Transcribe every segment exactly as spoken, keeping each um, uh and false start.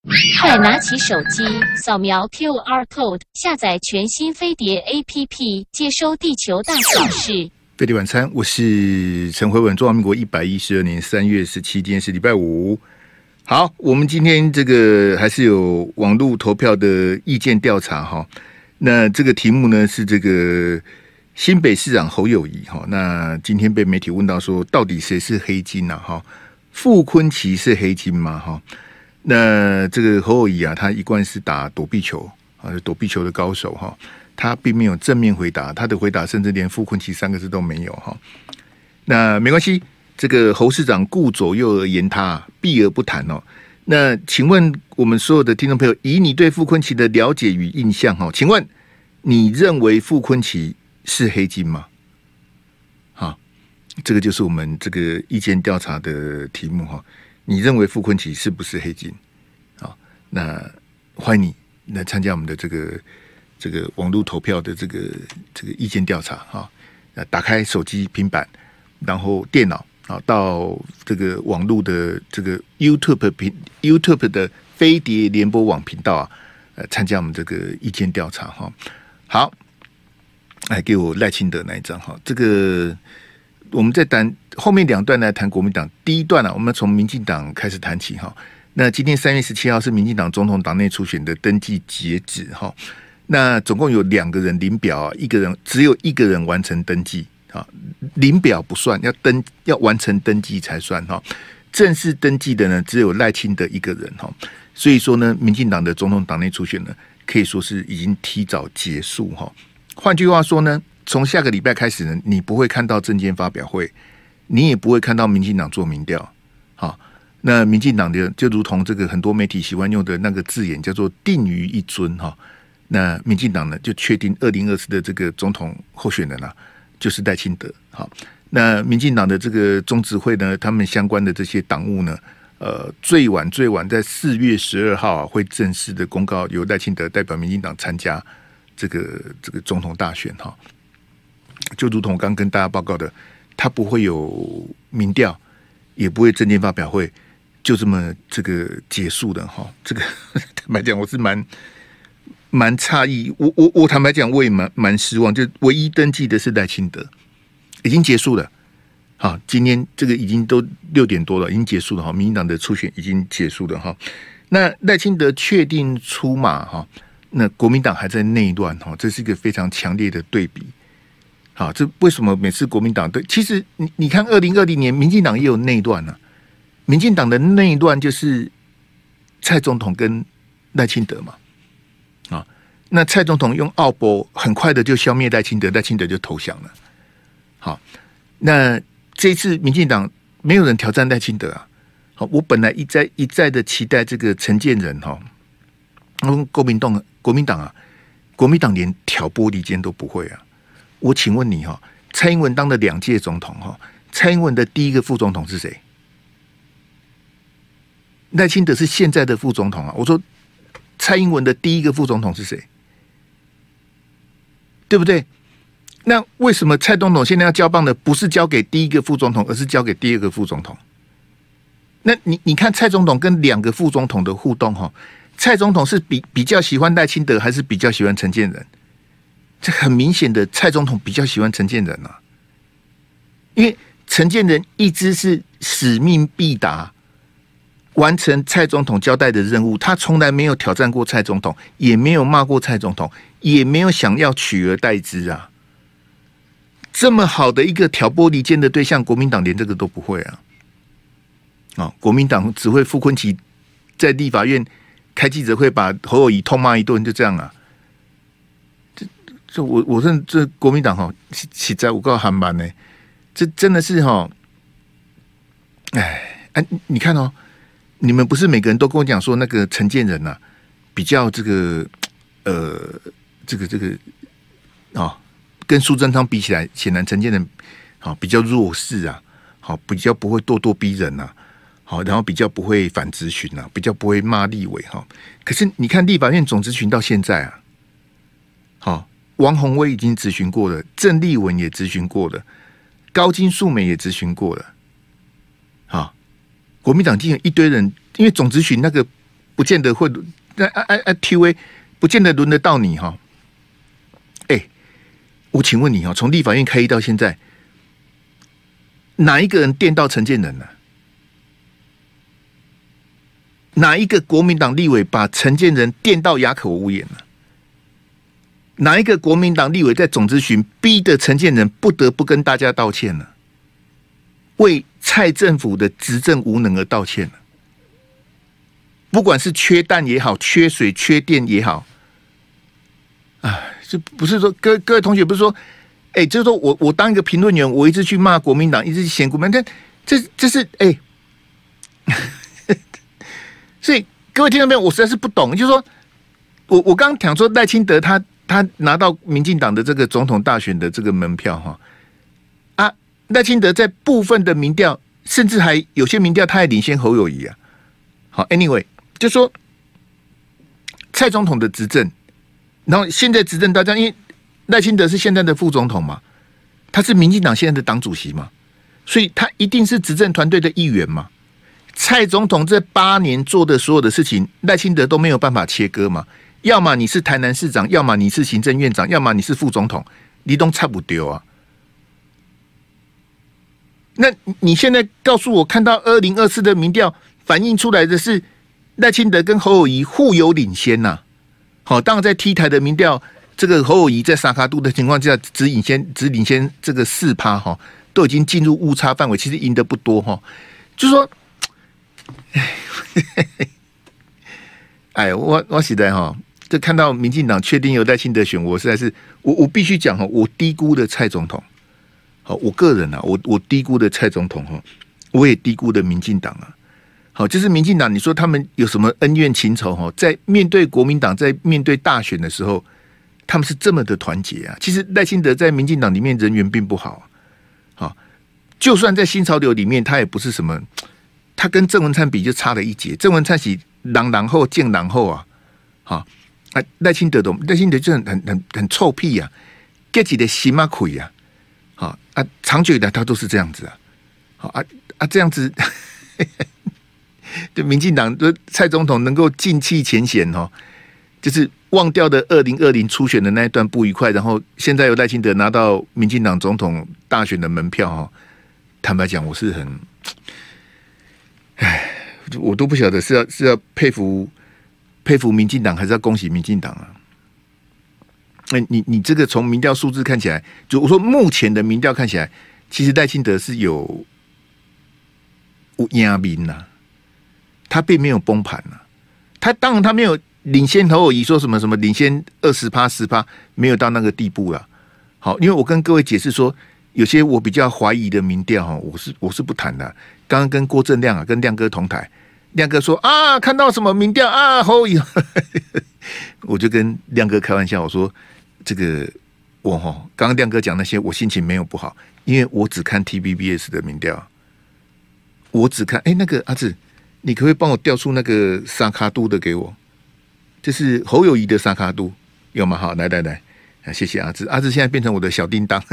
快拿起手机，扫描 Q R code， 下载全新飞碟 A P P， 接收地球大小事。 飞碟晚餐，我是陈辉文。中华民国一百一十二年三月十七，今天是礼拜五。好，我们今天这个还是有网络投票的意见调查哈。那这个题目呢是这个新北市长侯友宜哈。那今天被媒体问到说，到底谁是黑金啊？哈，傅崐萁是黑金吗？哈？那这个侯友宜啊，他一贯是打躲避球啊，躲避球的高手哈，他并没有正面回答，他的回答甚至连傅崐萁三个字都没有哈。那没关系，这个侯市长顾左右而言他，避而不谈哦。那请问我们所有的听众朋友，以你对傅崐萁的了解与印象哈，请问你认为傅崐萁是黑金吗？好，这个就是我们这个意见调查的题目哈。你认为傅崐萁是不是黑金？好，那欢迎你来参加我们的这个这个网络投票的这个这个意见调查哈。那打开手机、平板，然后电脑啊，到这个网络的这个 YouTube 频 YouTube 的飞碟联播网频道啊，呃，参加我们这个意见调查哈。好，来给我赖清德那一张哈，这个。我们在谈后面两段来谈国民党。第一段啊，我们从民进党开始谈起哈。那今天三月十七号是民进党总统党内初选的登记截止哈。那总共有两个人领表啊，一个人只有一个人完成登记啊，领表不算，要登要完成登记才算哈。正式登记的呢，只有赖清德一个人哈。所以说呢，民进党的总统党内初选呢，可以说是已经提早结束哈。换句话说呢，从下个礼拜开始呢，你不会看到政见发表会，你也不会看到民进党做民调。好，那民进党的就如同这个很多媒体喜欢用的那个字眼，叫做定于一尊哈。那民进党呢，就确定二零二四的这个总统候选人啊，就是赖清德。好，那民进党的这个中执会呢，他们相关的这些党务呢，呃，最晚最晚在四月十二号啊，会正式的公告由赖清德代表民进党参加这个这个总统大选哈。就如同我刚跟大家报告的，他不会有民调，也不会政见发表会，就这么这个结束的哈。这个坦白讲，我是蛮蛮诧异，我我我坦白讲，我也蛮蛮失望。就唯一登记的是赖清德，已经结束了。好，今天这个已经都六点多了，已经结束了哈。民进党的初选已经结束了哈。那赖清德确定出马哈，那国民党还在内乱哈，这是一个非常强烈的对比。好，这为什么每次国民党对？其实你你看，二零二零年民进党也有内乱啊。民进党的内乱就是蔡总统跟赖清德嘛。啊，那蔡总统用奥博很快的就消灭赖清德，赖清德就投降了。好，那这一次民进党没有人挑战赖清德啊。好，我本来一再一再的期待这个陈建仁哈，国民党国民党啊，国民党连挑拨离间都不会啊。我请问你哈，蔡英文当了两届总统哈，蔡英文的第一个副总统是谁？赖清德是现在的副总统啊。我说蔡英文的第一个副总统是谁？对不对？那为什么蔡总统现在要交棒的不是交给第一个副总统，而是交给第二个副总统？那你你看蔡总统跟两个副总统的互动哈，蔡总统是比比较喜欢赖清德，还是比较喜欢陈建仁？这很明显的，蔡总统比较喜欢陈建仁啊，因为陈建仁一直是使命必达，完成蔡总统交代的任务，他从来没有挑战过蔡总统，也没有骂过蔡总统，也没有想要取而代之啊。这么好的一个挑拨离间的对象，国民党连这个都不会啊！哦，国民党只会傅崐萁在立法院开记者会，把侯友宜痛骂一顿，就这样啊。这我我认这国民党哈，实在我告韩版呢，这真的是哈，哎哎，你看哦，你们不是每个人都跟我讲说那个陈建仁啊，比较这个呃，这个这个啊、哦，跟苏贞昌比起来，显然陈建仁好、哦、比较弱势啊，好、哦、比较不会咄咄逼人啊，好、哦，然后比较不会反质询啊，比较不会骂立委哈、哦。可是你看立法院总质询到现在啊，好、哦。王宏威已经质询过了，郑丽文也质询过了，高金素梅也质询过了。好，国民党竟然一堆人，因为总质询那个不见得会，那啊啊啊 T V 不见得轮得到你哈。哎、欸，我请问你哦，从立法院开议到现在，哪一个人电到陈建仁呢、啊？哪一个国民党立委把陈建仁电到哑口无言呢、啊？哪一个国民党立委在总咨询逼得陈建仁不得不跟大家道歉呢、啊？为蔡政府的执政无能而道歉呢、啊？不管是缺蛋也好，缺水、缺电也好，啊，这不是说各各位同学不是说，哎、欸，就是说我我当一个评论员，我一直去骂国民党，一直去嫌国民党，这这是哎，欸、所以各位听到没有？我实在是不懂，就是说我我刚刚讲说赖清德他他拿到民进党的这个总统大选的这个门票哈，啊，赖清德在部分的民调，甚至还有些民调他还领先侯友宜啊。好 ，anyway。就说蔡总统的执政，然后现在执政大家，因为赖清德是现在的副总统嘛，他是民进党现在的党主席嘛，所以他一定是执政团队的一员嘛。蔡总统这八年做的所有的事情，赖清德都没有办法切割嘛。要么你是台南市长，要么你是行政院长，要么你是副总统，你都差不丢啊。那你现在告诉我，看到二零二四的民调反映出来的是赖清德跟侯友宜互有领先呐、啊，好，当然在 T 台的民调，这个侯友宜在沙卡都的情况下，只领先只领先这个四趴哈，都已经进入误差范围，其实赢得不多哈。就是说，哎，我我实在哈，就看到民进党确定由赖清德选，我实在是我我必须讲哈，我低估的蔡总统，好，我个人啊，我我低估的蔡总统哈，我也低估的民进党啊。好，就是民进党，你说他们有什么恩怨情仇？哈，在面对国民党，在面对大选的时候，他们是这么的团结啊。其实赖清德在民进党里面人缘并不好啊。好，就算在新潮流里面，他也不是什么，他跟郑文灿比就差了一截。郑文灿是狼狼后见狼后啊，好，啊赖清德的赖清德就很很很很臭屁啊，自己的心嘛亏啊，好啊，长久以来他都是这样子啊，好啊啊这样子。就民进党的蔡总统能够尽弃前嫌哦，就是忘掉的二零二零初选的那一段不愉快，然后现在由赖清德拿到民进党总统大选的门票哈，坦白讲我是很，唉，我都不晓得是要是要佩服佩服民进党，还是要恭喜民进党啊？哎，你你这个从民调数字看起来，就我说目前的民调看起来，其实赖清德是有有压民呐。他并没有崩盘啊，他当然他没有领先侯友宜说什么什么领先二十趴十趴，没有到那个地步啦。好，因为我跟各位解释说，有些我比较怀疑的民调哈，我是我是不谈的。刚刚跟郭正亮啊，跟亮哥同台，亮哥说啊，看到什么民调啊，侯友宜，我就跟亮哥开玩笑，我说这个我哈，刚刚亮哥讲那些，我心情没有不好，因为我只看 T V B S 的民调，我只看哎、欸、那个阿志。你可不可以帮我调出那个沙卡都的给我？就是侯友宜的沙卡都有吗？好，来来来，谢谢阿志。阿志现在变成我的小叮当，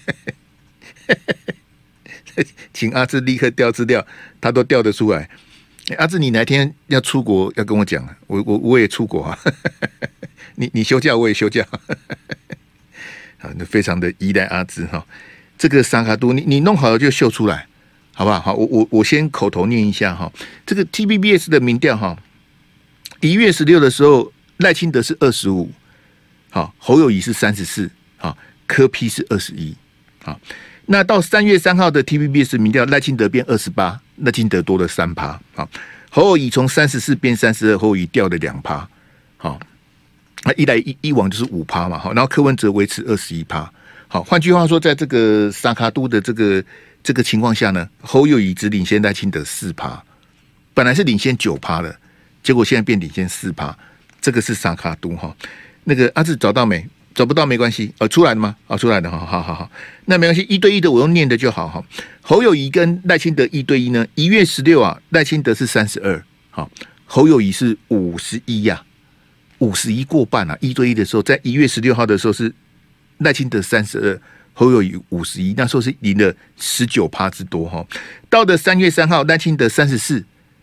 请阿志立刻调资料，他都调得出来。阿志，你哪天要出国要跟我讲，我我我也出国啊。你你休假我也休假，好，非常的依赖阿志哈。这个沙卡都你你弄好了就秀出来。好不好？好，我我我先口头念一下哈。这个 T V B S 的民调哈，一月十六的时候，赖清德是二十五，好，侯友宜是三十四，好，柯 P 是二十一，好。那到三月三号的 T V B S 民调，赖清德变二十八，赖清德多了三趴，好，侯友宜从三十四变三十二，侯友宜掉了两趴，好，那一来一一往就是五趴嘛，好，然后柯文哲维持二十一趴，好，换句话说，在这个沙卡都的这个。这个情况下呢，侯友宜只领先赖清德四趴，本来是领先九趴的，结果现在变领先四趴，这个是沙卡都哈。那个阿志找到没？找不到没关系，呃，出来了吗？啊、哦，出来了，好好好好，那没关系，一对一的我用念的就好哈。侯友宜跟赖清德一对一呢，一月十六啊，赖清德是三十二，好，侯友宜是五十一呀，五十一过半啊，一对一的时候，在一月十六号的时候是赖清德三十二。侯友宜五十一，那时候是赢了十九趴之多哈。到了三月三号，赖清德三十四，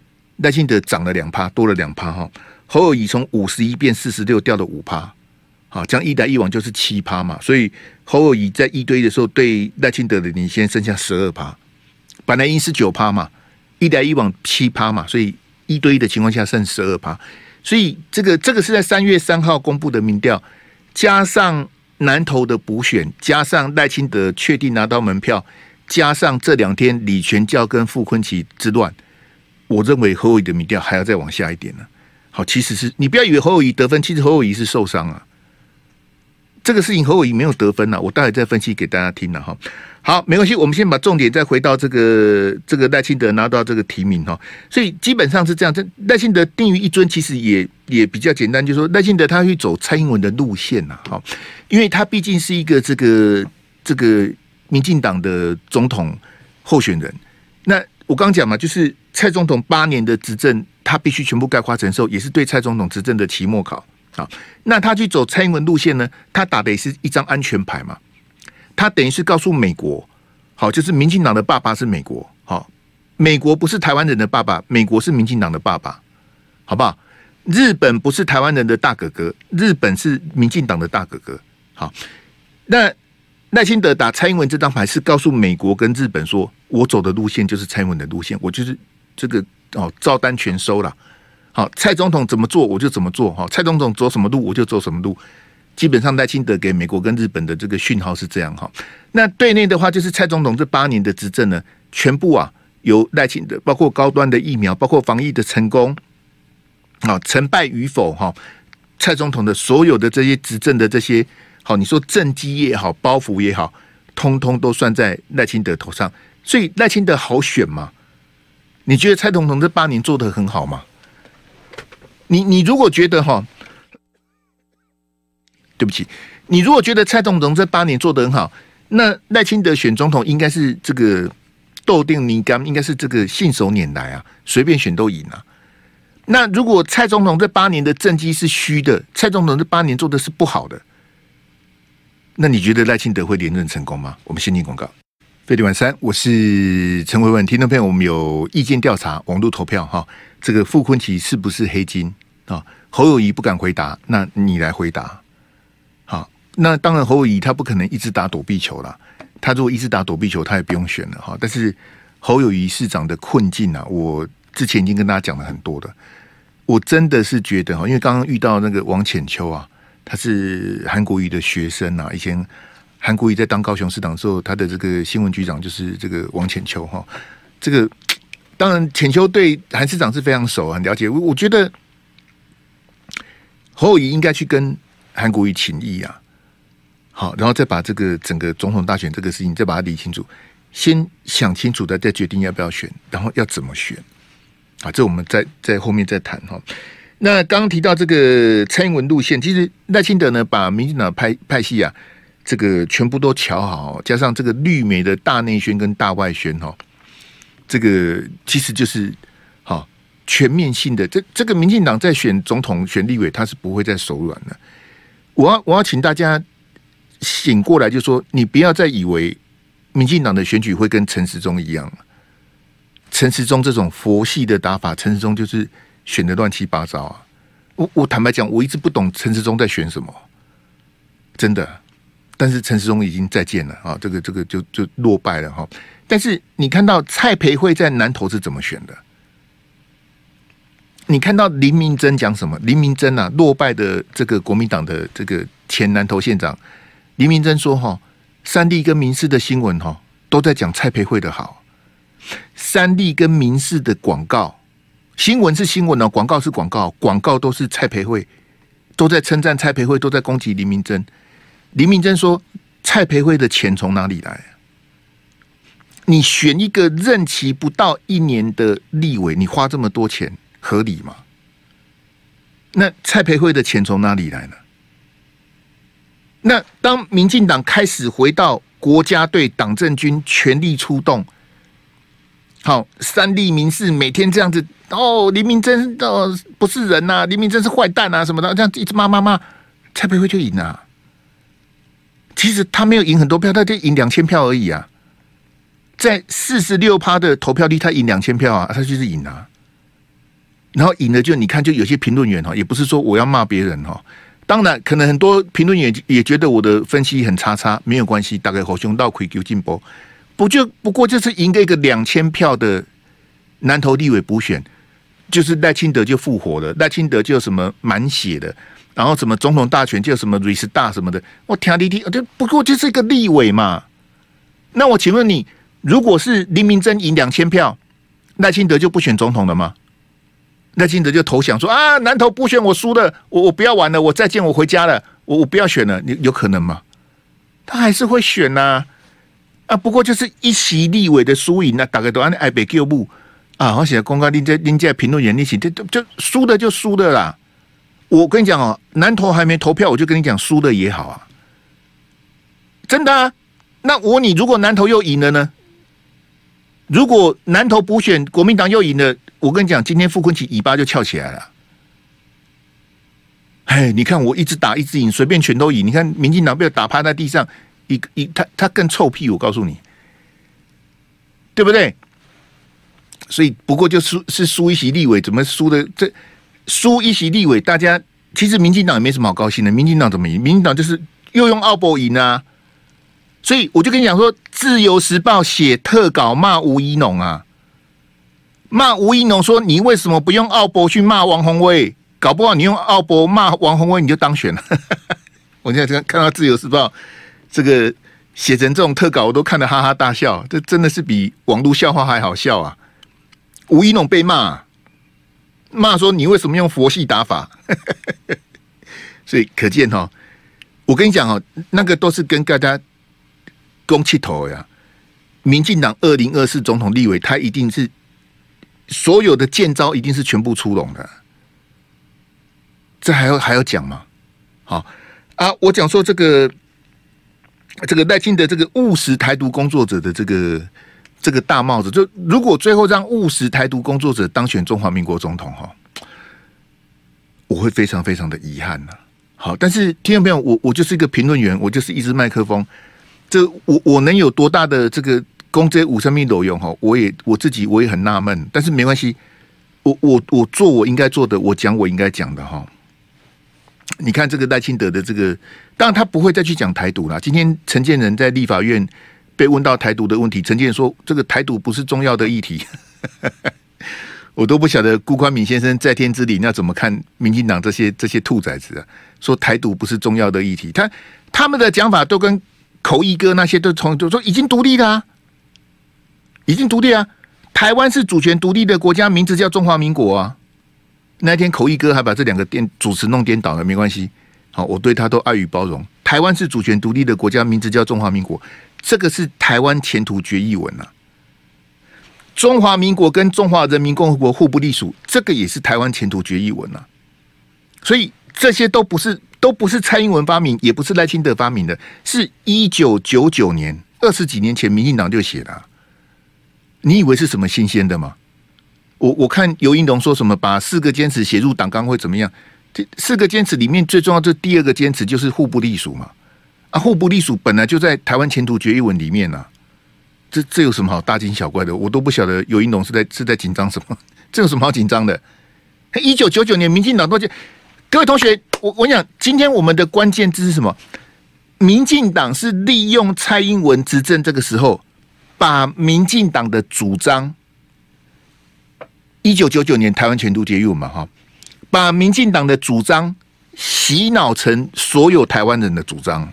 赖清德涨了两趴，多了两趴哈。侯友宜从五十一变四十六，掉了五趴，好，这样一来一往就是七趴嘛。所以侯友宜在一堆的时候，对赖清德的领先剩下十二趴，本来应是九趴嘛，一来一往七趴嘛，所以一对一的情况下剩十二趴。所以这个这个是在三月三号公布的民调，加上南投的补选，加上赖清德确定拿到门票，加上这两天李全教跟傅崐萁之乱，我认为侯友宜的民调还要再往下一点呢。好，其实是你不要以为侯友宜得分，其实侯友宜是受伤啊。这个事情侯友宜没有得分啊，我待会再分析给大家听了哈。好，没关系，我们先把重点再回到这个这个赖清德拿到这个提名哈。所以基本上是这样，这赖清德定于一尊，其实也也比较简单，就是说赖清德他会走蔡英文的路线呐，哈，因为他毕竟是一个这个这个民进党的总统候选人。那我刚刚讲嘛，就是蔡总统八年的执政，他必须全部概括承受，也是对蔡总统执政的期末考。好，那他去走蔡英文路线呢？他打的也是一张安全牌嘛。他等于是告诉美国，好，就是民进党的爸爸是美国，好，美国不是台湾人的爸爸，美国是民进党的爸爸，好不好？日本不是台湾人的大哥哥，日本是民进党的大哥哥。好，那赖清德打蔡英文这张牌是告诉美国跟日本说，我走的路线就是蔡英文的路线，我就是这个哦，照单全收了。好，蔡总统怎么做我就怎么做。好，蔡总统走什么路我就走什么路。基本上赖清德给美国跟日本的这个讯号是这样哈。那对内的话，就是蔡总统这八年的执政呢，全部啊由赖清德，包括高端的疫苗，包括防疫的成功，啊成败与否哈，蔡总统的所有的这些执政的这些好，你说政绩也好，包袱也好，通通都算在赖清德头上。所以赖清德好选吗？你觉得蔡总统这八年做得很好吗？你你如果觉得哈，对不起，你如果觉得蔡总统这八年做得很好，那赖清德选总统应该是这个斗定泥干，应该是这个信手拈来啊，随便选都赢啊。那如果蔡总统这八年的政绩是虚的，蔡总统这八年做的是不好的，那你觉得赖清德会连任成功吗？我们先进广告。飞碟晚三，我是陈维文，听众朋友，我们有意见调查，网络投票哈，这个傅崐萁是不是黑金啊？侯友宜不敢回答，那你来回答。好，那当然侯友宜他不可能一直打躲避球啦，他如果一直打躲避球，他也不用选了哈。但是侯友宜市长的困境啊，我之前已经跟大家讲了很多的，我真的是觉得哈，因为刚刚遇到那个王浅秋啊，他是韩国瑜的学生啊，以前。韩国瑜在当高雄市长的时候，他的这个新闻局长就是这个王浅秋哈。这个当然，浅秋对韩市长是非常熟，很了解。我我觉得侯友宜应该去跟韩国瑜请益啊，好，然后再把这个整个总统大选这个事情再把它理清楚，先想清楚的再决定要不要选，然后要怎么选啊？这我们在在后面再谈哈。那刚刚提到这个蔡英文路线，其实赖清德呢把民进党派派系啊。这个全部都瞧好，加上这个绿媒的大内宣跟大外宣哈，这个其实就是好全面性的。这这个民进党在选总统、选立委，他是不会再手软的。我要我要请大家醒过来，就说你不要再以为民进党的选举会跟陈时中一样。陈时中这种佛系的打法，陈时中就是选的乱七八糟啊。我我坦白讲，我一直不懂陈时中在选什么，真的。但是陈时中已经再见了啊，这个这个就就落败了哈。但是你看到蔡培慧在南投是怎么选的？你看到林明珍讲什么？林明珍啊，落败的这个国民党的这个前南投县长林明珍说哈，三立跟民视的新闻哈都在讲蔡培慧的好，三立跟民视的广告新闻是新闻哦，广告是广告，广告都是蔡培慧，都在称赞蔡培慧，都在攻击林明珍。林明珍说：“蔡培慧的钱从哪里来？你选一个任期不到一年的立委，你花这么多钱，合理吗？那蔡培慧的钱从哪里来呢？那当民进党开始回到国家队、党政军全力出动，好，三立民视每天这样子哦，林明珍哦不是人呐、啊，林明珍是坏蛋啊什么的，这样一直骂骂骂，蔡培慧就赢了、啊。”其实他没有赢很多票，他就赢两千票而已啊！在四十六趴的投票率，他赢两千票啊，他就是赢啊！ 然后赢了就你看，就有些评论员哈，也不是说我要骂别人哈。当然，可能很多评论员也觉得我的分析很差差，没有关系，大概好兄道魁求进步，不就不过就是赢个一个两千票的南投立委补选，就是赖清德就复活了，赖清德就什么满血的，然后什么总统大选就什么 restart 什么的，我听你听，就不过就是一个立委嘛。那我请问你，如果是林明珍赢两千票，赖清德就不选总统了吗？赖清德就投降说啊，南投补选我输了，我我不要玩了，我再见，我回家了，我我不要选了，你有可能吗？他还是会选呐、啊，啊，不过就是一席立委的输赢啊，大概都按爱北救部啊，而且公开另在另在评论员一起，就就输的就输的啦。我跟你讲哦，南投还没投票，我就跟你讲输的也好啊，真的啊。那我你如果南投又赢了呢？如果南投补选国民党又赢了，我跟你讲，今天傅崐萁尾巴就翘起来了。哎，你看我一直打一直赢，随便全都赢。你看民进党被我打趴在地上，一一他他更臭屁，我告诉你，对不对？所以不过就输是输一席立委，怎么输的？这输一席立委，大家其实民进党也没什么好高兴的。民进党怎么赢？民进党就是又用奥博赢啊。所以我就跟你讲说，《自由时报》写特稿骂吴怡农啊，骂吴怡农说你为什么不用奥博去骂王宏威？搞不好你用奥博骂王宏威你就当选了。我现在看到《自由时报》这个写成这种特稿，我都看得哈哈大笑，这真的是比网络笑话还好笑啊！吴怡农被骂，骂说你为什么用佛系打法？所以可见哈，我跟你讲哦，那个都是跟大家公气头呀，民进党二零二四总统立委，他一定是所有的剑招一定是全部出笼的，这还要还要讲吗？好啊，我讲说这个这个赖清德这个务实台独工作者的这个这个大帽子，就如果最后让务实台独工作者当选中华民国总统哈，我会非常非常的遗憾呐、啊。好，但是听众朋友，我我就是一个评论员，我就是一支麦克风。这我我能有多大的这个公这五生命都用哈？我也我自己我也很纳闷，但是没关系，我我我做我应该做的，我讲我应该讲的哈。你看这个赖清德的这个，当然他不会再去讲台独啦。今天陈建仁在立法院被问到台独的问题，陈建仁说这个台独不是重要的议题，我都不晓得辜宽敏先生在天之灵要怎么看民进党这些这些兔崽子啊，说台独不是重要的议题，他他们的讲法都跟口译哥那些都从就说已经独立了、啊，已经独立啊！台湾是主权独立的国家，名字叫中华民国啊。那天口译哥还把这两个颠主持弄颠倒了，没关系。好，我对他都爱与包容。台湾是主权独立的国家，名字叫中华民国，这个是台湾前途决议文啊。中华民国跟中华人民共和国互不隶属，这个也是台湾前途决议文啊。所以这些都不是。都不是蔡英文发明，也不是赖清德发明的，是一九九九年，二十几年前，民进党就写了、啊。你以为是什么新鲜的吗？我我看游盈隆说什么把四个坚持写入党纲会怎么样？这四个坚持里面最重要的第二个坚持就是互不隶属嘛。啊，互不隶属本来就在台湾前途决议文里面啊。这这有什么好大惊小怪的？我都不晓得游盈隆是在是在紧张什么？这有什么好紧张的？一九九九年，民进党都就。各位同学，我我讲，今天我们的关键字是什么？民进党是利用蔡英文执政这个时候，把民进党的主张，一九九九年台湾前途决议文嘛，哈，把民进党的主张洗脑成所有台湾人的主张。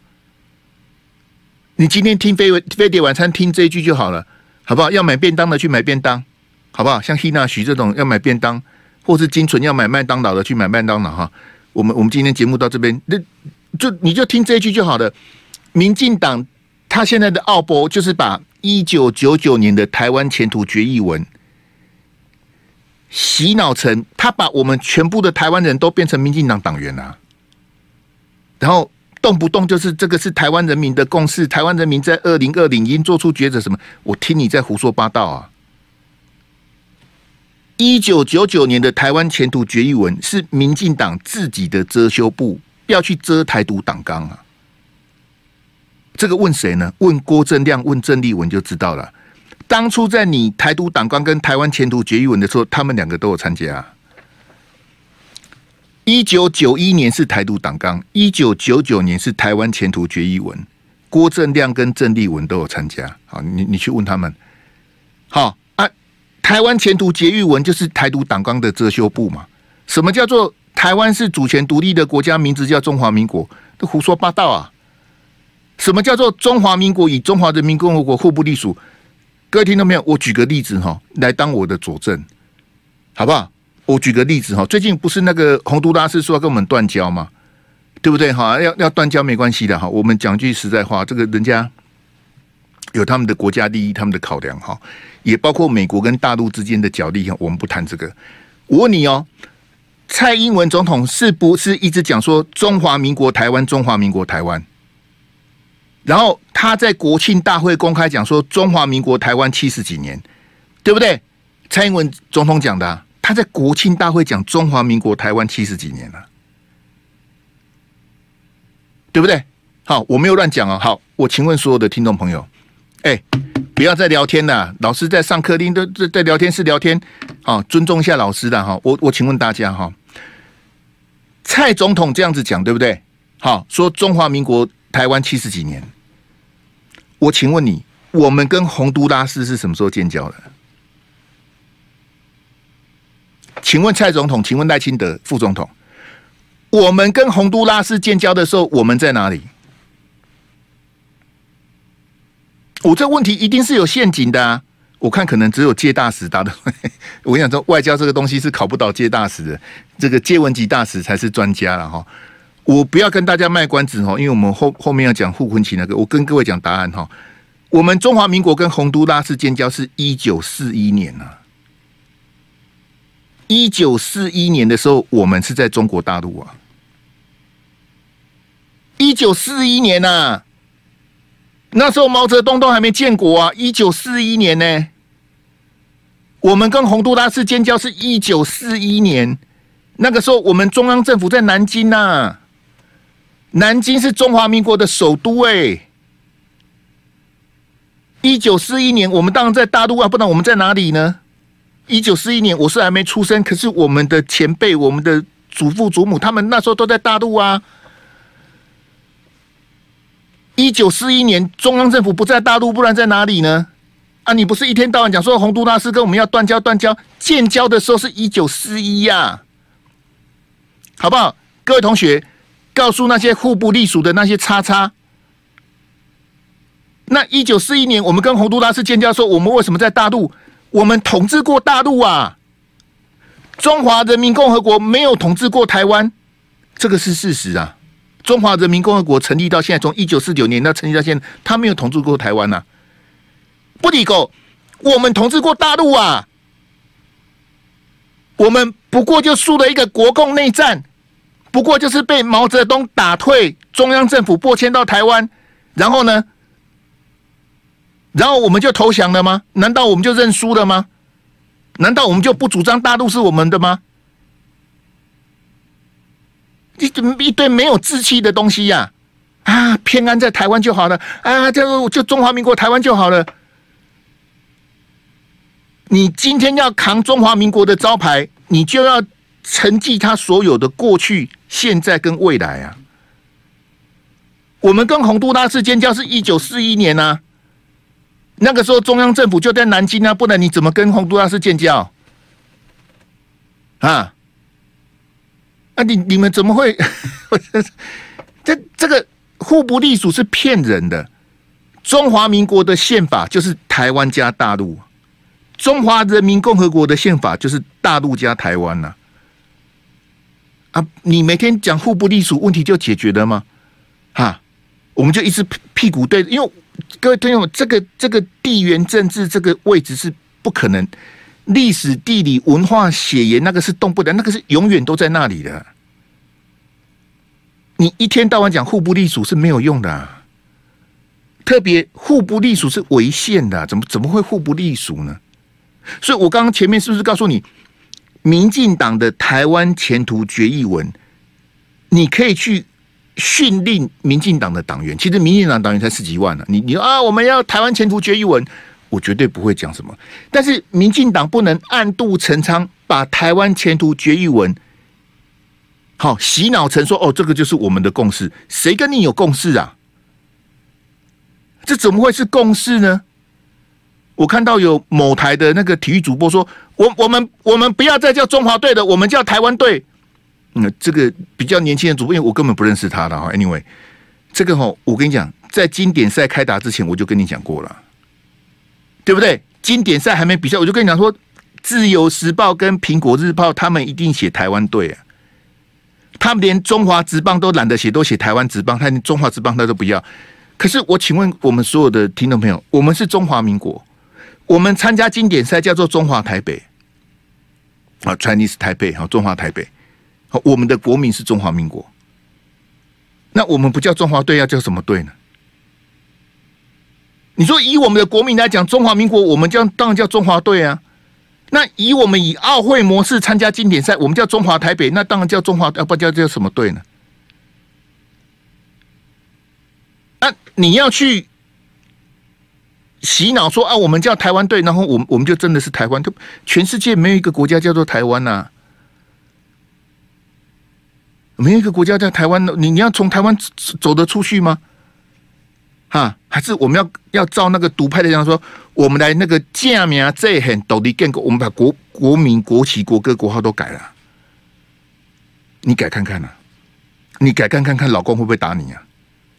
你今天听飞飞碟晚餐听这一句就好了，好不好？要买便当的去买便当，好不好？像希娜许这种要买便当。或是精纯要买麦当劳的去买麦当劳哈，我们我们今天节目到这边，那就你就听这一句就好了。民进党他现在的奥博就是把一九九九年的台湾前途决议文洗脑成，他把我们全部的台湾人都变成民进党党员啊，然后动不动就是这个是台湾人民的共识，台湾人民在二零二零已经做出抉择什么？我听你在胡说八道啊！一九九九年的台湾前途决议文是民进党自己的遮羞布，要去遮台独党纲啊。这个问谁呢？问郭正亮、问郑丽文就知道了。 当初在你台独党纲跟台湾前途决议文的时候，他们两个都有参加、啊。一九九一年是台独党纲，一九九九年是台湾前途决议文，郭正亮跟郑丽文都有参加。好，你你去问他们。好啊，台湾前途决议文就是台独党纲的遮羞布嘛？什么叫做台湾是主权独立的国家，名字叫中华民国？这胡说八道啊！什么叫做中华民国与中华人民共和国互不隶属？各位听到没有？我举个例子哈，来当我的佐证，好不好？我举个例子哈，最近不是那个洪都拉斯说要跟我们断交吗？对不对哈？要要断交没关系的哈，我们讲句实在话，这个人家有他们的国家利益，他们的考量哈，也包括美国跟大陆之间的角力，我们不谈这个。我问你哦，蔡英文总统是不是一直讲说中华民国台湾，中华民国台湾？然后他在国庆大会公开讲说中华民国台湾七十几年，对不对？蔡英文总统讲的、啊，他在国庆大会讲中华民国台湾七十几年了、啊，对不对？好，我没有乱讲哦。好，我请问所有的听众朋友，哎，不要再聊天了，老师在上课，您都在聊天室聊天，好，尊重一下老师的哈。我我请问大家哈，蔡总统这样子讲，对不对？好，说中华民国台湾七十几年，我请问你，我们跟洪都拉斯是什么时候建交的？请问蔡总统，请问赖清德副总统，我们跟洪都拉斯建交的时候，我们在哪里？我这问题一定是有陷阱的啊！我看可能只有介大使答的。我跟你讲说，外交这个东西是考不到介大使的，这个介文级大使才是专家了哈。我不要跟大家卖关子哈，因为我们后后面要讲傅昆萁那个，我跟各位讲答案哈。我们中华民国跟洪都拉斯建交是一九四一年啊，一九四一年的时候，我们是在中国大陆啊。一九四一年啊，那时候毛泽东都还没建国啊。一九四一年呢，我们跟洪都拉斯建交是一九四一年，那个时候我们中央政府在南京啊。南京是中华民国的首都哎、欸，一九四一年我们当然在大陆啊，不然我们在哪里呢？一九四一年我是还没出生，可是我们的前辈、我们的祖父祖母，他们那时候都在大陆啊。一九四一年中央政府不在大陆，不然在哪里呢？啊，你不是一天到晚讲说洪都拉斯跟我们要断交断交，建交的时候是一九四一呀，好不好？各位同学。告诉那些互不隶属的那些叉叉，那一九四一年我们跟洪都拉斯建交说，我们为什么在大陆？我们统治过大陆啊！中华人民共和国没有统治过台湾，这个是事实啊！中华人民共和国成立到现在，从一九四九年到成立到现在，他没有统治过台湾啊！不离狗，我们统治过大陆啊！我们不过就输了一个国共内战。不过就是被毛泽东打退，中央政府拨迁到台湾，然后呢，然后我们就投降了吗？难道我们就认输了吗？难道我们就不主张大陆是我们的吗？一一堆没有志气的东西呀、啊！啊，偏安在台湾就好了啊，就就中华民国台湾就好了。你今天要扛中华民国的招牌，你就要承继他所有的过去、现在跟未来啊！我们跟洪都拉斯建交是一九四一年啊，那个时候中央政府就在南京啊，不然你怎么跟洪都拉斯建交啊？啊你，你你们怎么会？这这个互不隶属是骗人的。中华民国的宪法就是台湾加大陆，中华人民共和国的宪法就是大陆加台湾呐、啊。啊！你每天讲互不隶属，问题就解决了吗？哈，我们就一直屁股对，因为各位朋友，这个这个地缘政治这个位置是不可能，历史、地理、文化、血缘那个是动不了，那个是永远都在那里的。你一天到晚讲互不隶属是没有用的、啊，特别互不隶属是违宪的、啊，怎么怎么会互不隶属呢？所以我刚刚前面是不是告诉你？民进党的台湾前途决议文，你可以去训令民进党的党员。其实民进党党员才十几万呢、啊，你你啊，我们要台湾前途决议文， 我绝对不会讲什么。但是民进党不能暗度陈仓，把台湾前途决议文好洗脑成说哦，这个就是我们的共识。谁跟你有共识啊？这怎么会是共识呢？我看到有某台的那个体育主播说，我我们我们不要再叫中华队了，我们叫台湾队。嗯，这个比较年轻的主播，因为我根本不认识他的哈。Anyway， 这个哈，我跟你讲，在经典赛开打之前，我就跟你讲过了，对不对？经典赛还没比赛，我就跟你讲说，《自由时报》跟《苹果日报》他们一定写台湾队啊。他们连中华职棒都懒得写，都写台湾职棒，他连中华职棒他都不要。可是我请问我们所有的听众朋友，我们是中华民国，我们参加经典赛叫做中华台北，啊 ，Chinese 台北，好，中华台北。我们的国民是中华民国，那我们不叫中华队，要叫什么队呢？你说以我们的国民来讲，中华民国我们叫当然叫中华队啊。那以我们以奥会模式参加经典赛，我们叫中华台北，那当然叫中华，要不叫叫什么队呢？那你要去洗脑说啊，我们叫台湾队，然后我们我们就真的是台湾，全世界没有一个国家叫做台湾呐、啊。没有一个国家在台湾，你你要从台湾走得出去吗？哈，还是我们要要照那个独派的这样说，我们来那个架名这很斗地更，我们把国国民、国旗、国歌、国号都改了，你改看看啊，你改看看看，老公会不会打你啊？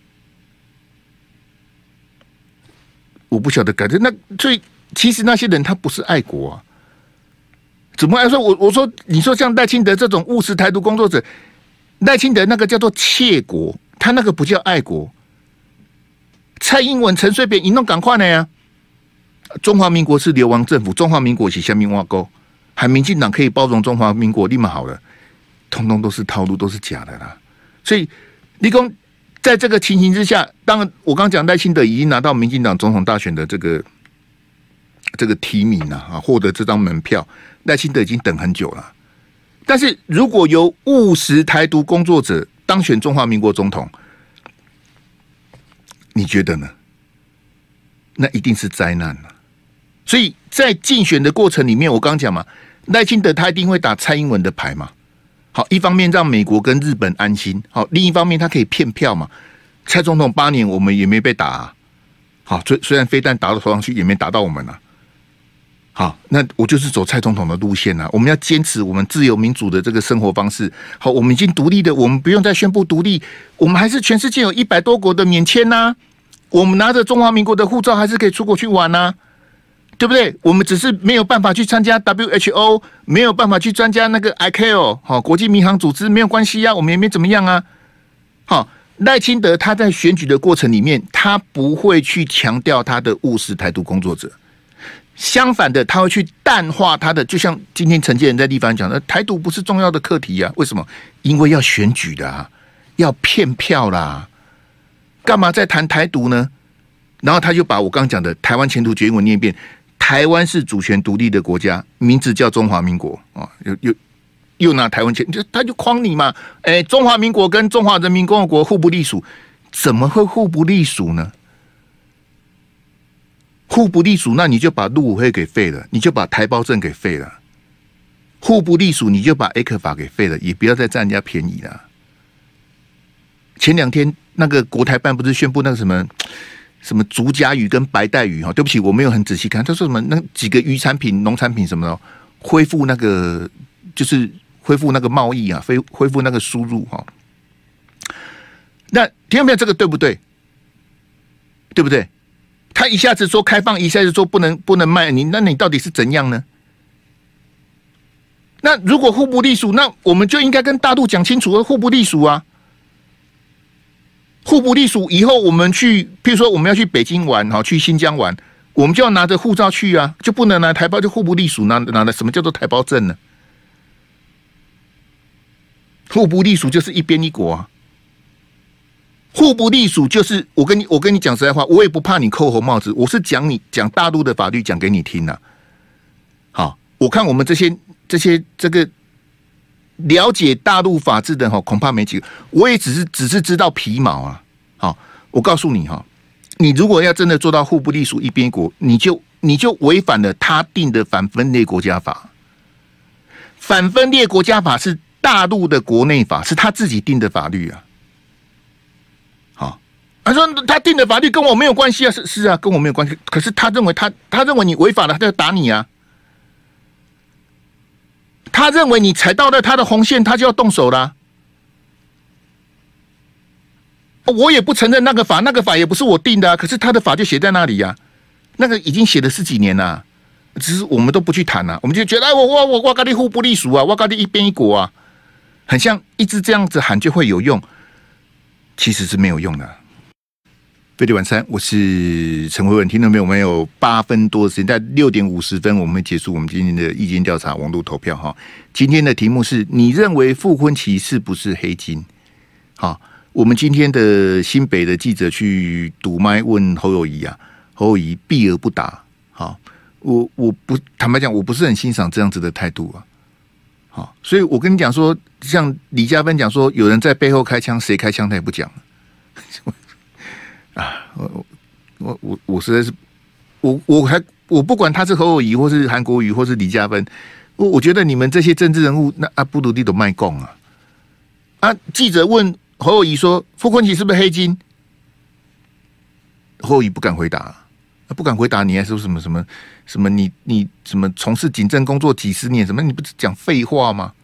我不晓得改的那，所以其实那些人他不是爱国啊，怎么来说？我我说你说像赖清德这种务实台独工作者。赖清德那个叫做窃国，他那个不叫爱国。蔡英文、陈水扁，你弄赶快的呀！中华民国是流亡政府，中华民国是下面挖沟，还民进党可以包容中华民国，立马好了，通通都是套路，都是假的啦。所以，立功在这个情形之下，当然我刚刚讲赖清德已经拿到民进党总统大选的这个这个提名了啊，获得这张门票，赖清德已经等很久了。但是如果由务实台独工作者当选中华民国总统，你觉得呢？那一定是灾难了。所以在竞选的过程里面，我刚刚讲嘛，赖清德他一定会打蔡英文的牌嘛。好，一方面让美国跟日本安心，好，另一方面他可以骗票嘛。蔡总统八年我们也没被打、啊，好，虽虽然飞弹打到头上去，也没打到我们啊。好，那我就是走蔡总统的路线啊！我们要坚持我们自由民主的这个生活方式。好，我们已经独立的，我们不用再宣布独立，我们还是全世界有一百多国的免签呐、啊。我们拿着中华民国的护照，还是可以出国去玩呐、啊，对不对？我们只是没有办法去参加 W H O， 没有办法去参加那个 I C A O， 好，国际民航组织没有关系啊，我们也没怎么样啊。好，赖清德他在选举的过程里面，他不会去强调他的务实台独工作者。相反的，他会去淡化他的，就像今天陈建仁在地方讲的，台独不是重要的课题啊？为什么？因为要选举的、啊，要骗票啦，干嘛再谈台独呢？然后他就把我刚刚讲的台湾前途决议文念一遍，台湾是主权独立的国家，名字叫中华民国啊，又又又拿台湾前，就他就诓你嘛，哎，中华民国跟中华人民共和国互不隶属，怎么会互不隶属呢？互不隶属，那你就把陆委会给废了，你就把台胞证给废了。互不隶属，你就把 A 克法给废了，也不要再占人家便宜了。前两天那个国台办不是宣布那个什么什么竹夹鱼跟白带鱼哈？对不起，我没有很仔细看，他说什么那几个渔产品、农产品什么的恢复那个就是恢复那个贸易啊，恢恢复那个输入哈。那听到没有？这个对不对？对不对？他一下子说开放，一下子说不能不能卖你，那你到底是怎样呢？那如果互不隶属，那我们就应该跟大陆讲清楚，互不隶属啊。互不隶属以后，我们去，譬如说我们要去北京玩，好，去新疆玩，我们就要拿着护照去啊，就不能拿台胞，就互不隶属，拿拿的什么叫做台胞证呢？互不隶属就是一边一国啊。互不隶属就是我跟你我跟你讲实在话，我也不怕你扣红帽子，我是讲你讲大陆的法律讲给你听啊。好，我看我们这些这些这个了解大陆法治的哈，恐怕没几个。我也只是只是知道皮毛啊。好，我告诉你哈， 你如果要真的做到互不隶属、一边一国，你就你就违反了他定的反分裂国家法。反分裂国家法是大陆的国内法，是他自己定的法律啊。好，他说他定的法律跟我没有关系啊，是是啊，跟我没有关系。可是他认为他他认为你违法了，他就打你啊。他认为你踩到了他的红线，他就要动手啦。我也不承认那个法，那个法也不是我定的啊。可是他的法就写在那里呀、啊，那个已经写了十几年了，只是我们都不去谈啊，我们就觉得哎，我我我我跟你互不隶属啊，我跟你一边一国啊，很像一直这样子喊就会有用，其实是没有用的。飞碟晚餐，我是陈慧文，听到没有？我们有八分多的时间，在六点五十分，我们会结束我们今天的意见调查网络投票哈。今天的题目是：你认为傅昆萁是不是黑金？好，我们今天的新北的记者去堵麦问侯友宜啊，侯友宜避而不答。好，我我不坦白讲，我不是很欣赏这样子的态度啊。好，所以我跟你讲说，像李嘉芬讲说，有人在背后开枪，谁开枪他也不讲。啊，我我我我实在是，我我还我不管他是侯友宜，或是韩国瑜，或是李嘉芬，我我觉得你们这些政治人物，那啊不如地都卖供啊！啊，记者问侯友宜说，傅昆萁是不是黑金？侯友宜不敢回答，不敢回答，你还说什么什么什么你你什么从事警政工作几十年，什么你不是讲废话吗？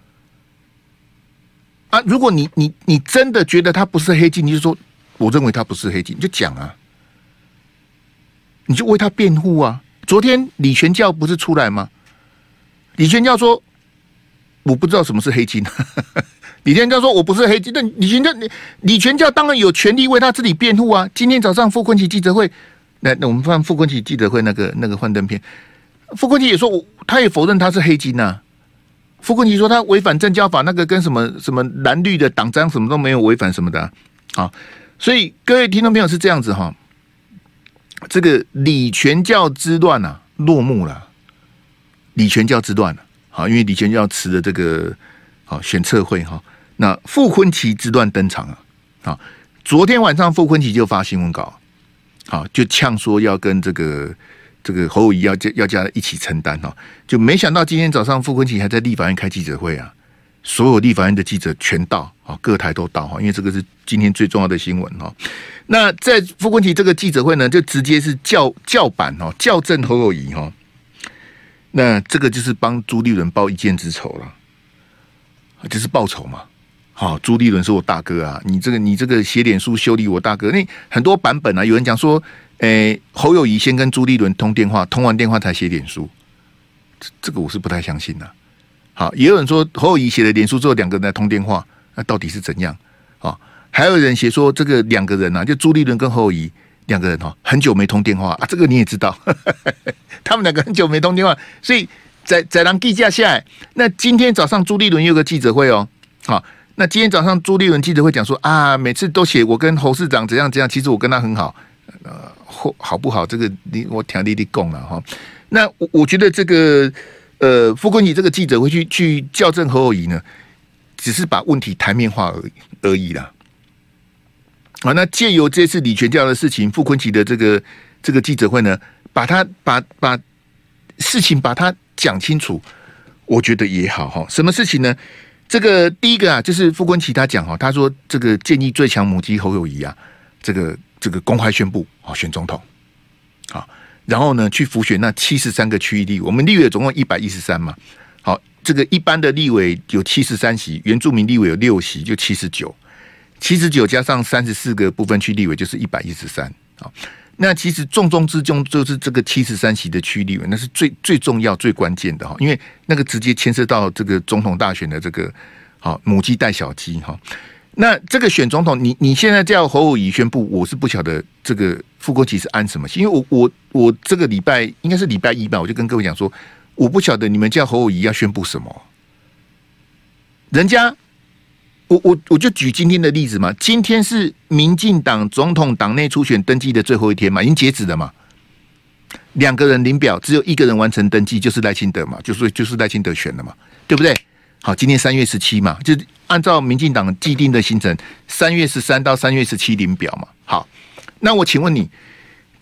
啊，如果你你你真的觉得他不是黑金，你就说。我认为他不是黑金，你就讲啊，你就为他辩护啊。昨天李全教不是出来吗？李全教说我不知道什么是黑金，李全教说我不是黑金，那李全教李全教当然有权利为他自己辩护啊。今天早上傅昆萁记者会，那那我们放傅昆萁记者会那个那个幻灯片，傅昆萁也说我他也否认他是黑金啊。傅昆萁说他违反证交法，那个跟什么什么蓝绿的党章什么都没有违反什么的啊。好，所以各位听众朋友是这样子哈，这个李全教之乱啊落幕了，李全教之乱了，好，因为李全教辞了这个好选测会哈，那傅昆萁之乱登场啊，好，昨天晚上傅昆萁就发新闻稿，好，就呛说要跟这个这个侯友宜要要加一起承担哈，就没想到今天早上傅昆萁还在立法院开记者会啊。所有立法院的记者全到啊，各台都到哈，因为这个是今天最重要的新闻哈。那在傅昆萁这个记者会呢，就直接是叫叫板哈，校正侯友宜哈。那这个就是帮朱立伦报一箭之仇了，就是报仇嘛。好，朱立伦是我大哥啊，你这个你这个写脸书修理我大哥，那很多版本啊，有人讲说，诶，侯友宜先跟朱立伦通电话，通完电话才写脸书，这这个我是不太相信的。好，也有人说侯友宜写了脸书之后，两个人来通电话，那到底是怎样？好，还有人写说这个两个人啊，就朱立伦跟侯友宜两个人哈，很久没通电话啊，这个你也知道，呵呵呵他们两个很久没通电话，所以在在让记架下来。那今天早上朱立伦有个记者会哦，好，那今天早上朱立伦记者会讲说啊，每次都写我跟侯市长怎样怎样，其实我跟他很好，呃，好不好？这个你我听你你讲了哈。那我我觉得这个。呃，傅昆萁这个记者会去去校正侯友宜呢，只是把问题台面化而已而已啦。啊，那借由这次李全教的事情，傅昆萁的这个这个记者会呢，把他把把事情把它讲清楚，我觉得也好哈。什么事情呢？这个第一个啊，就是傅昆萁他讲哈，他说这个建议最强母鸡侯友宜啊，这个这个公开宣布啊选总统，好。然后呢，去辅选那七十三个区域立委，我们立委总共一百一十三嘛。好，这个一般的立委有七十三席，原住民立委有六席，就七十九，七十九加上三十四个部分区立委就是一百一十三。好，那其实重中之重就是这个七十三席的区立委，那是最最重要、最关键的哈，因为那个直接牵涉到这个总统大选的这个好母鸡带小鸡哈。那这个选总统，你你现在叫侯友宜宣布，我是不晓得这个傅昆萁是安什么心，因为我我我这个礼拜应该是礼拜一吧，我就跟各位讲说，我不晓得你们叫侯友宜要宣布什么。人家，我我我就举今天的例子嘛，今天是民进党总统党内初选登记的最后一天嘛，已经截止了嘛，两个人领表，只有一个人完成登记，就是赖清德嘛，就是就是赖清德选了嘛，对不对？好，今天三月十七嘛，就是按照民进党既定的行程，三月十三到三月十七领表嘛。好，那我请问你，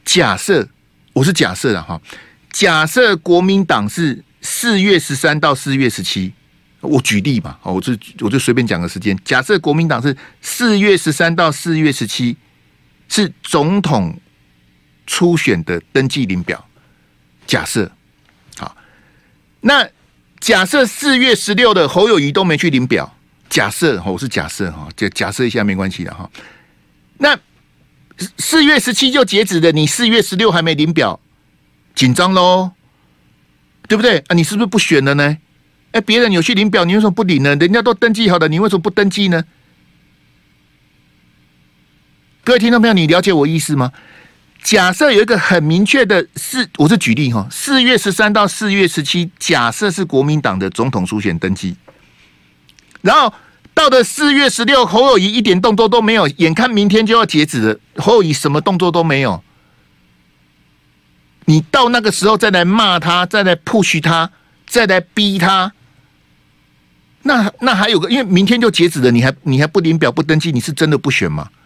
假设我是假设了哈，假设国民党是四月十三到四月十七，我举例嘛，我就我就随便讲个时间。假设国民党是四月十三到四月十七是总统初选的登记领表，假设好，那假设四月十六的侯友宜都没去领表，假设我是假设哈，就假设一下没关系的哈。那四月十七就截止的，你四月十六还没领表，紧张喽，对不对啊？你是不是不选了呢？哎，别人有去领表，你为什么不领呢？人家都登记好了，你为什么不登记呢？各位听众朋友，你了解我意思吗？假设有一个很明确的四，我是举例哈，四月十三到四月十七，假设是国民党的总统初选登记，然后到了四月十六，侯友宜一点动作都没有，眼看明天就要截止了，侯友宜什么动作都没有。你到那个时候再来骂他，再来 push 他，再来逼他，那那还有个，因为明天就截止了，你还你还不领表不登记，你是真的不选吗？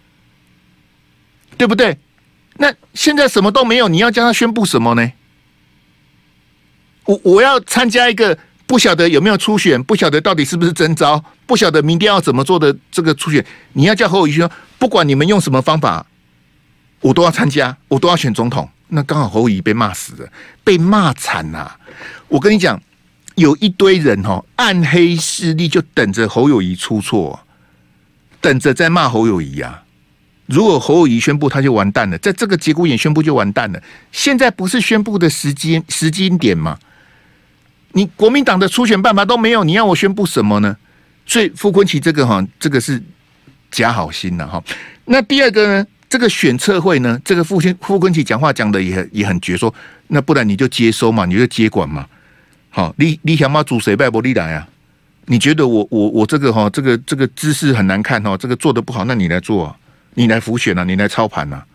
对不对？那现在什么都没有，你要叫他宣布什么呢？我我要参加一个不晓得有没有初选，不晓得到底是不是征召，不晓得明天要怎么做的这个初选，你要叫侯友宜说，不管你们用什么方法，我都要参加，我都要选总统。那刚好侯友宜被骂死了，被骂惨啊！我跟你讲，有一堆人哦，暗黑势力就等着侯友宜出错，等着在骂侯友宜啊。如果侯友宜宣布，他就完蛋了，在这个节骨眼宣布就完蛋了。现在不是宣布的时间时间点吗？你国民党的初选办法都没有，你要我宣布什么呢？所以傅昆萁这个哈，这个是假好心了哈。那第二个呢，这个选测会呢，这个傅傅昆萁讲话讲的也也很绝，说那不然你就接收嘛，你就接管嘛。好，你你想嘛主谁拜不你来啊？你觉得我我我这个哈，这个这个姿势很难看哈，这个做的不好，那你来做啊。你来辅选啊，你来操盘啊。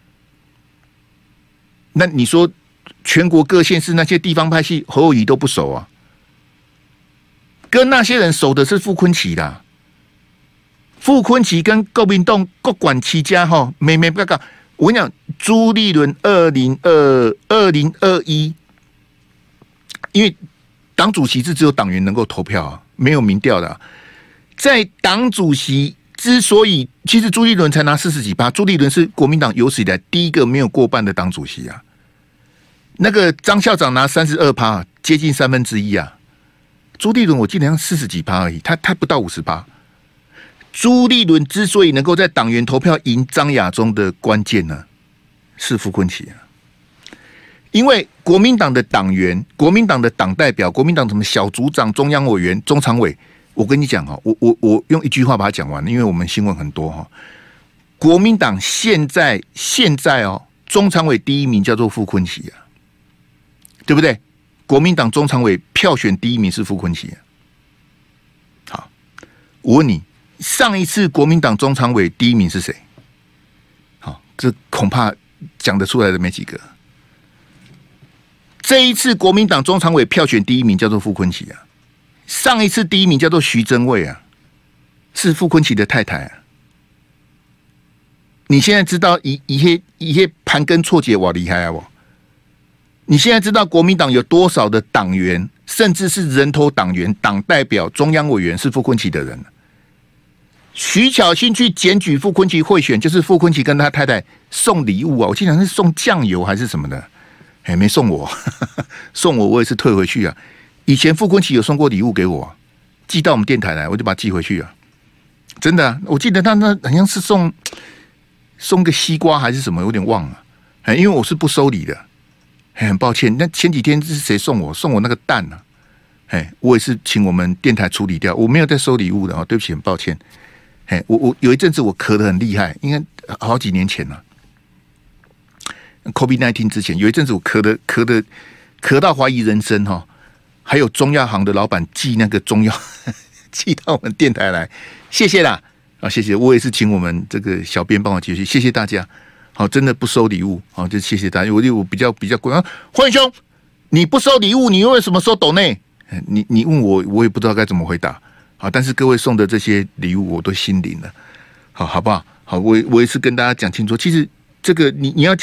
那你说全国各县市那些地方派系侯友宜都不熟啊，跟那些人熟的是傅昆萁啦。傅昆萁跟国民党各管齐家哈，没没不搞。我跟你讲，朱立伦二零二二零二一，因为党主席是只有党员能够投票啊，没有民调的、啊，在党主席。之所以其实朱立伦才拿四十几趴，朱立伦是国民党有史以来第一个没有过半的党主席啊。那个张校长拿三十二趴，接近三分之一啊。朱立伦我记得像四十几趴而已，他他不到五十趴。朱立伦之所以能够在党员投票赢张亚中的关键呢，是傅昆萁啊。因为国民党的党员、国民党的党代表、国民党什么小组长、中央委员、中常委。我跟你讲哈，我我我用一句话把它讲完，因为我们新闻很多哈。国民党现在现在哦，中常委第一名叫做傅昆萁啊，对不对？国民党中常委票选第一名是傅昆萁啊。好，我问你，上一次国民党中常委第一名是谁？好，这恐怕讲得出来的没几个。这一次国民党中常委票选第一名叫做傅昆萁啊。上一次第一名叫做徐榛蔚啊，是傅昆萁的太太啊。你现在知道一一些一些盘根错节哇厉害啊！我，你现在知道国民党有多少的党员，甚至是人头党员、党代表、中央委员是傅昆萁的人。徐巧芯去检举傅昆萁贿选，就是傅昆萁跟他太太送礼物啊，我记得是送酱油还是什么的，哎，没送我，送我我也是退回去啊。以前傅昆萁有送过礼物给我、啊，寄到我们电台来，我就把它寄回去啊。真的、啊，我记得他那好像是送送个西瓜还是什么，有点忘了。哎，因为我是不收礼的，很抱歉。那前几天是谁送我？送我那个蛋呢、啊？哎，我也是请我们电台处理掉，我没有在收礼物的哦，对不起，很抱歉。哎，我我有一阵子我咳得很厉害，应该好几年前了、啊、，COVID 十九 之前有一阵子我咳得咳得咳到怀疑人生哈、哦。还有中药行的老板寄那个中药寄到我们电台来，谢谢啦啊，谢谢，我也是请我们这个小编帮我解释，谢谢大家。好，真的不收礼物，好，就谢谢大家。我我比较比较贵啊，焕兄，你不收礼物，你为什么收抖内？你你问我，我也不知道该怎么回答。好，但是各位送的这些礼物，我都心领了，好，好不好？好，我我也是跟大家讲清楚，其实这个你你要叫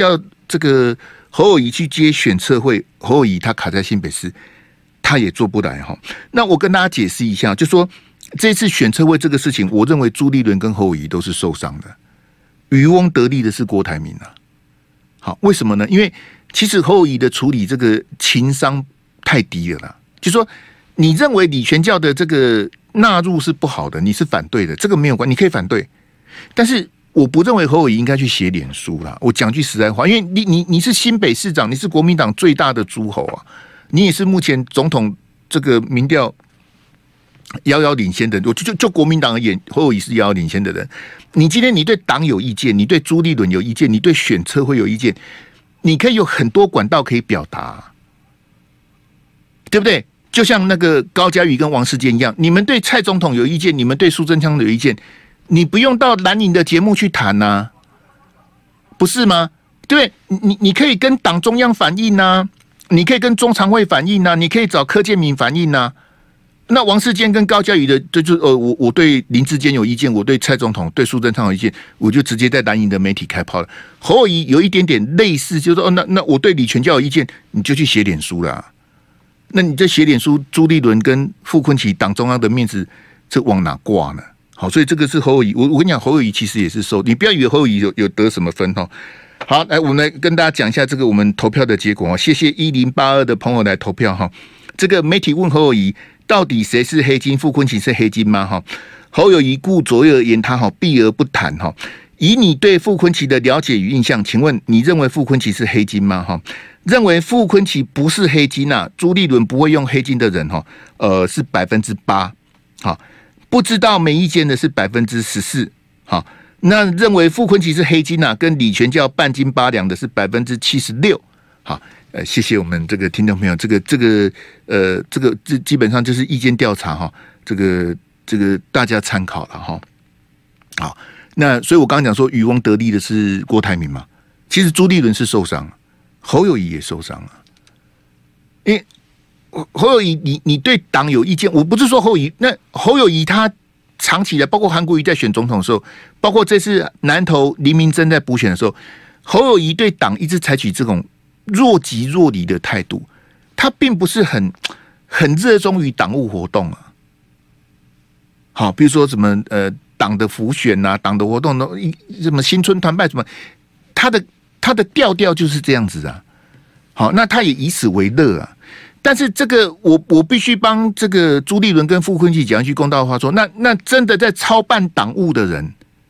这个侯友宜去接选测会，侯友宜他卡在新北市，他也做不来哈。那我跟大家解释一下，就说这次选测会这个事情，我认为朱立伦跟侯友宜都是受伤的，渔翁得利的是郭台铭啊。好，为什么呢？因为其实侯友宜的处理这个情商太低了啦，就说你认为李全教的这个纳入是不好的，你是反对的，这个没有关，你可以反对，但是我不认为侯友宜应该去写脸书啦。我讲句实在话，因为你你你是新北市长，你是国民党最大的诸侯啊，你也是目前总统这个民调遥遥领先的，我就就就国民党而言，侯友宜是遥遥领先的人。你今天你对党有意见，你对朱立伦有意见，你对选策会有意见，你可以有很多管道可以表达，对不对？就像那个高嘉瑜跟王世坚一样，你们对蔡总统有意见，你们对苏贞昌有意见，你不用到蓝营的节目去谈呐、啊，不是吗？对，你你可以跟党中央反映呐、啊，你可以跟中常会反映呐、啊，你可以找柯建铭反映呐、啊。那王世坚跟高嘉瑜的，就就呃，我我对林智坚有意见，我对蔡总统、对苏贞昌有意见，我就直接在蓝营的媒体开炮了。侯友宜有一点点类似，就是说，哦，那那我对李全教有意见，你就去写脸书啦。那你这写脸书，朱立伦跟傅崐萁党中央的面子，这往哪挂呢？好，所以这个是侯友宜。我我跟你讲，侯友宜其实也是受，你不要以为侯友宜有有得什么分哈。好，来我们来跟大家讲一下这个我们投票的结果。谢谢一零八二的朋友来投票哈。这个媒体问侯友宜，到底谁是黑金？傅崐萁是黑金吗？哈，侯友宜顾左右而言他，哈，避而不谈哈。以你对傅崐萁的了解与印象，请问你认为傅崐萁是黑金吗？哈，认为傅崐萁不是黑金啊，朱立伦不会用黑金的人哈，呃是百分之八，好，不知道没意见的是百分之十四，好，那认为傅崐萁是黑金啊，跟李全教半斤八两的是百分之七十六，好，呃，谢谢我们这个听众朋友，这个这个呃这个这基本上就是意见调查哈，这个这个大家参考了哈，好。那所以，我刚刚讲说渔翁得利的是郭台铭嘛？其实朱立伦是受伤，侯友宜也受伤了。因为侯友宜，你你对党有意见，我不是说侯友宜，那侯友宜他长期的，包括韩国瑜在选总统的时候，包括这次南投林明珍在补选的时候，侯友宜对党一直采取这种若即若离的态度，他并不是很很热衷于党务活动啊。好，比如说什么呃。党的辅选啊，党的活动，什么新春团拜什么，他的他的调调就是这样子啊。好，那他也以此为乐啊。但是这个我我必须帮这个朱立伦跟傅崐萁讲一句公道话说，那那真的在操办党务的人，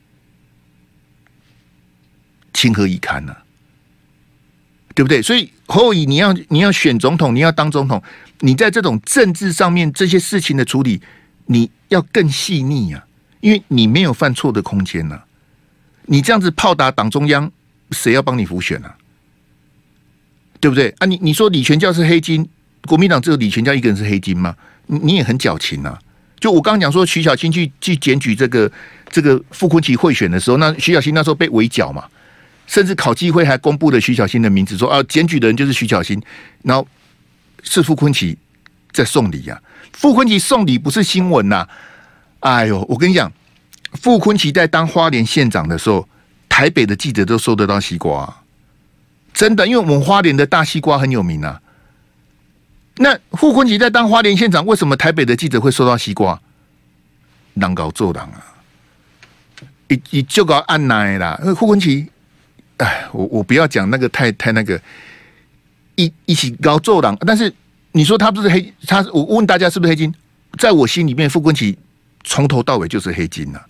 情何以堪呢、啊？对不对？所以侯友宜你要你要选总统，你要当总统，你在这种政治上面这些事情的处理，你要更细腻啊。因为你没有犯错的空间呐、啊，你这样子炮打党中央，谁要帮你辅选啊？对不对啊？你你说李全教是黑金，国民党只有李全教一个人是黑金吗？你你也很矫情啊！就我刚刚讲说，徐小清去去检举这个这个傅崐萁贿选的时候，那徐小清那时候被围剿嘛，甚至考纪会还公布了徐小清的名字，说啊检举的人就是徐小清，然后是傅崐萁在送礼啊，傅崐萁送礼不是新闻呐、啊。哎呦，我跟你讲，傅崐萁在当花莲县长的时候，台北的记者都收得到西瓜、啊，真的，因为我们花莲的大西瓜很有名啊。那傅崐萁在当花莲县长，为什么台北的记者会收到西瓜？人搞做人啊，一一就搞按奶啦。傅崐萁，哎，我我不要讲那个太太那个，一一起搞做人，但是你说他不是黑，他我问大家是不是黑金？在我心里面，傅崐萁从头到尾就是黑金呐、啊，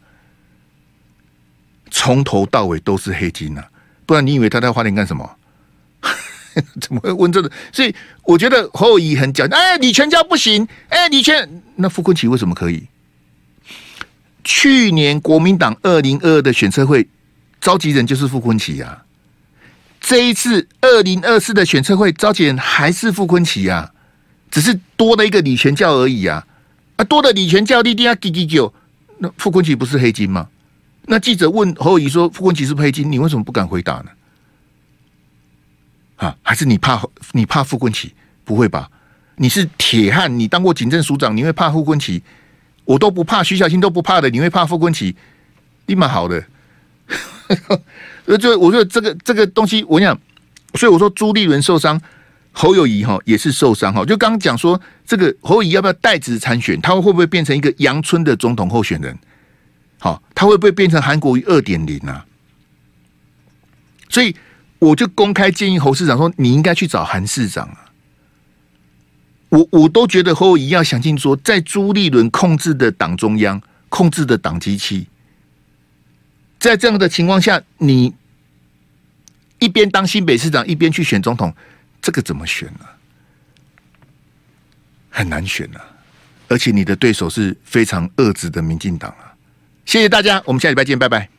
从头到尾都是黑金呐、啊，不然你以为他在花莲干什么？怎么会问这个？所以我觉得侯友宜很讲，哎，李全教不行，哎，李全那傅崐萁为什么可以？去年国民党二零二二的选测会召集人就是傅崐萁啊，这一次二零二四的选测会召集人还是傅崐萁啊，只是多了一个李全教而已啊。啊，多的李全教一定要叽叽叫，那傅崐萁不是黑金吗？那记者问侯友宜说：“傅崐萁是不是黑金？你为什么不敢回答呢？”啊，还是你怕你怕傅崐萁？不会吧？你是铁汉，你当过警政署长，你会怕傅崐萁？我都不怕，徐小清都不怕的，你会怕傅崐萁？立马好的。就我觉得这个这个东西，我讲所以我说朱立伦受伤，侯友宜哈也是受伤哈。就刚刚讲说，这个侯友宜要不要代职参选？他会不会变成一个阳春的总统候选人？好，他会不会变成韩国瑜 二点零 啊？所以我就公开建议侯市长说，你应该去找韩市长啊。我我都觉得侯友宜要想清楚说，在朱立伦控制的党中央、控制的党机器，在这样的情况下，你一边当新北市长，一边去选总统，这个怎么选呢、啊？很难选啊！而且你的对手是非常恶质的民进党啊！谢谢大家，我们下礼拜见，拜拜。